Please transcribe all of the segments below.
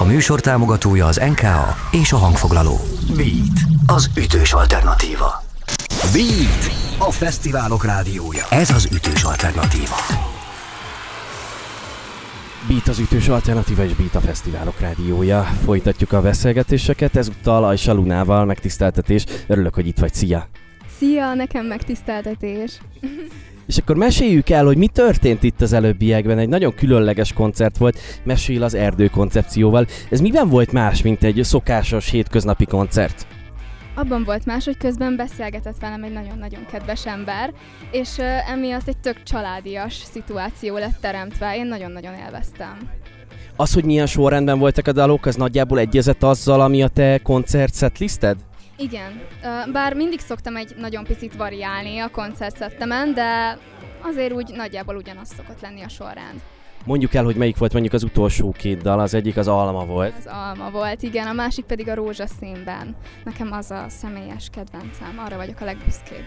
műsor támogatója az NKA és a hangfoglaló. Beat, az ütős alternatíva. Beat, a fesztiválok rádiója. Ez az ütős alternatíva. Beat az ütős alternatíva és Beat a fesztiválok rádiója. Folytatjuk a beszélgetéseket, ezúttal Ajsa Lunával, megtiszteltetés. Örülök, hogy itt vagy, szia! Szia, nekem megtiszteltetés! És akkor meséljük el, hogy mi történt itt az előbbiekben. Egy nagyon különleges koncert volt, Mesél az erdő koncepcióval. Ez miben volt más, mint egy szokásos hétköznapi koncert? Abban volt más, hogy közben beszélgetett velem egy nagyon-nagyon kedves ember, és emiatt egy tök családias szituáció lett teremtve. Én nagyon-nagyon élveztem. Az, hogy milyen sorrendben voltak a dalok, az nagyjából egyezett azzal, ami a te koncert setlisted? Igen, bár mindig szoktam egy nagyon picit variálni a koncertszettemen, de azért úgy nagyjából ugyanaz szokott lenni a sorrend. Mondjuk el, hogy melyik volt mondjuk az utolsó két dal, az egyik az Alma volt. Az Alma volt, igen, a másik pedig a Rózsaszínben. Nekem az a személyes kedvencem, arra vagyok a legbüszkébb.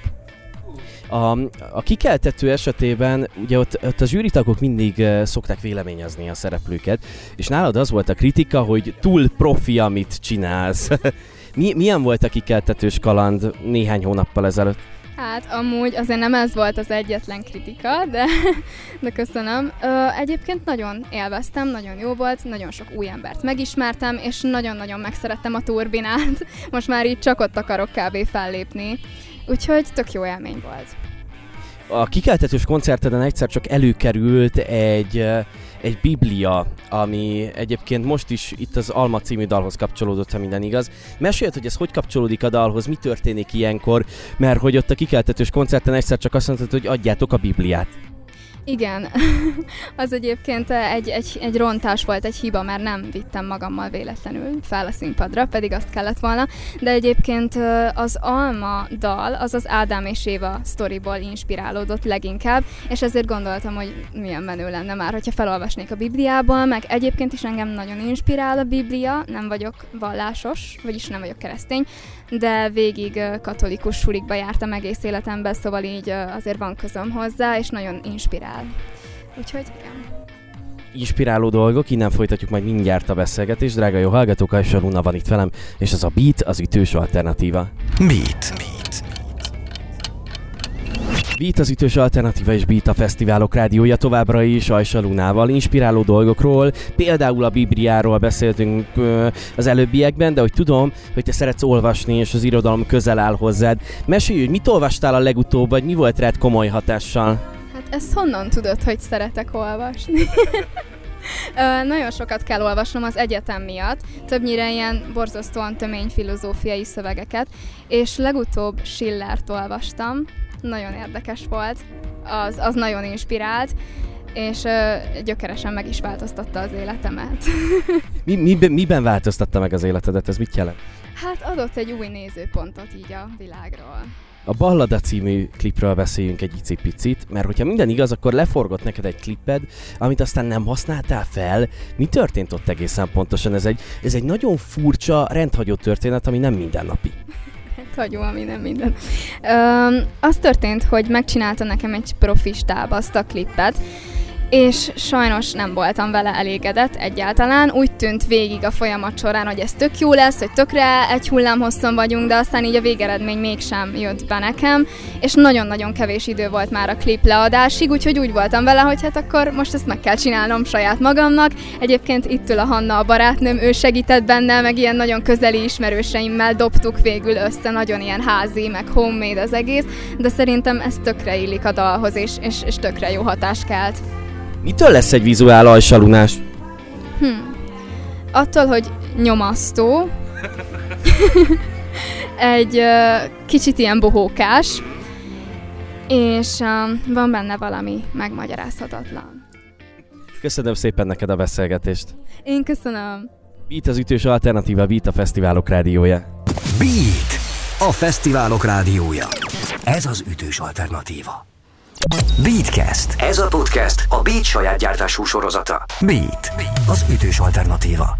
A kikeltető esetében ugye ott a zsűritagok mindig szokták véleményezni a szereplőket, és nálad az volt a kritika, hogy túl profi, amit csinálsz. Milyen volt a kikeltetős kaland néhány hónappal ezelőtt? Hát amúgy azért nem ez volt az egyetlen kritika, de köszönöm. Egyébként nagyon élveztem, nagyon jó volt, nagyon sok új embert megismertem, és nagyon-nagyon megszerettem a turbinát. Most már így csak ott akarok kb. Fellépni, úgyhogy tök jó élmény volt. A kikeltetős koncerteden egyszer csak előkerült egy biblia, ami egyébként most is itt az Alma című dalhoz kapcsolódott, ha minden igaz. Meséld, hogy ez hogy kapcsolódik a dalhoz, mi történik ilyenkor, mert hogy ott a kikeltetős koncerten egyszer csak azt mondtad, hogy adjátok a bibliát. Igen, az egyébként egy rontás volt, egy hiba, mert nem vittem magammal véletlenül fel a színpadra, pedig azt kellett volna, de egyébként az Alma dal, az az Ádám és Éva sztoriból inspirálódott leginkább, és ezért gondoltam, hogy milyen menő lenne már, hogyha felolvasnék a Bibliából, meg egyébként is engem nagyon inspirál a Biblia, nem vagyok vallásos, vagyis nem vagyok keresztény, de végig katolikus sulikba jártam egész életemben, szóval így azért van közöm hozzá, és nagyon inspirál. Úgyhogy igen. Inspiráló dolgok, innen folytatjuk majd mindjárt a beszélgetést. Drága jó hallgatók, Ajsa Luna van itt velem, és ez a Beat, az ütős alternatíva. Beat. Beat az ütős alternatíva és Beat a fesztiválok rádiója, továbbra is Ajsa Lunával. Inspiráló dolgokról, például a Bibliáról beszéltünk az előbbiekben, de hogy tudom, hogy te szeretsz olvasni, és az irodalom közel áll hozzád. Mesélj, hogy mit olvastál a legutóbb, vagy mi volt rád komoly hatással? Hát ezt honnan tudod, hogy szeretek olvasni? Nagyon sokat kell olvasnom az egyetem miatt, többnyire ilyen borzasztóan tömény filozófiai szövegeket, és legutóbb Schillert olvastam, nagyon érdekes volt, az nagyon inspirált, és gyökeresen meg is változtatta az életemet. Miben változtatta meg az életedet? Ez mit jelent? Hát adott egy új nézőpontot így a világról. A Ballada című klipről beszéljünk egy icipicit, mert hogyha minden igaz, akkor leforgott neked egy kliped, amit aztán nem használtál fel. Mi történt ott egészen pontosan? Ez egy nagyon furcsa, rendhagyó történet, ami nem mindennapi. Hagyom, ami nem minden. Az történt, hogy megcsinálta nekem egy profi stáb azt a klippet, és sajnos nem voltam vele elégedett egyáltalán. Úgy tűnt végig a folyamat során, hogy ez tök jó lesz, hogy tökre egy hullámhosszon vagyunk, de aztán így a végeredmény mégsem jött be nekem, és nagyon-nagyon kevés idő volt már a klip leadásig, úgyhogy úgy voltam vele, hogy hát akkor most ezt meg kell csinálnom saját magamnak. Egyébként itt ül a Hanna, a barátnőm, ő segített benne, meg ilyen nagyon közeli ismerőseimmel dobtuk végül össze, nagyon ilyen házi, meg homemade az egész, de szerintem ez tökre illik a dalhoz, és tökre jó hatást kelt. Mitől lesz egy vizuál Ajsa Lunás? Attól, hogy nyomasztó, egy kicsit ilyen bohókás, és van benne valami megmagyarázhatatlan. Köszönöm szépen neked a beszélgetést. Én köszönöm. Beat az ütős alternatíva, Beat a fesztiválok rádiója. Beat, a fesztiválok rádiója. Ez az ütős alternatíva. Beatcast. Ez a podcast a Beat saját gyártású sorozata. Beat, az ütős alternatíva.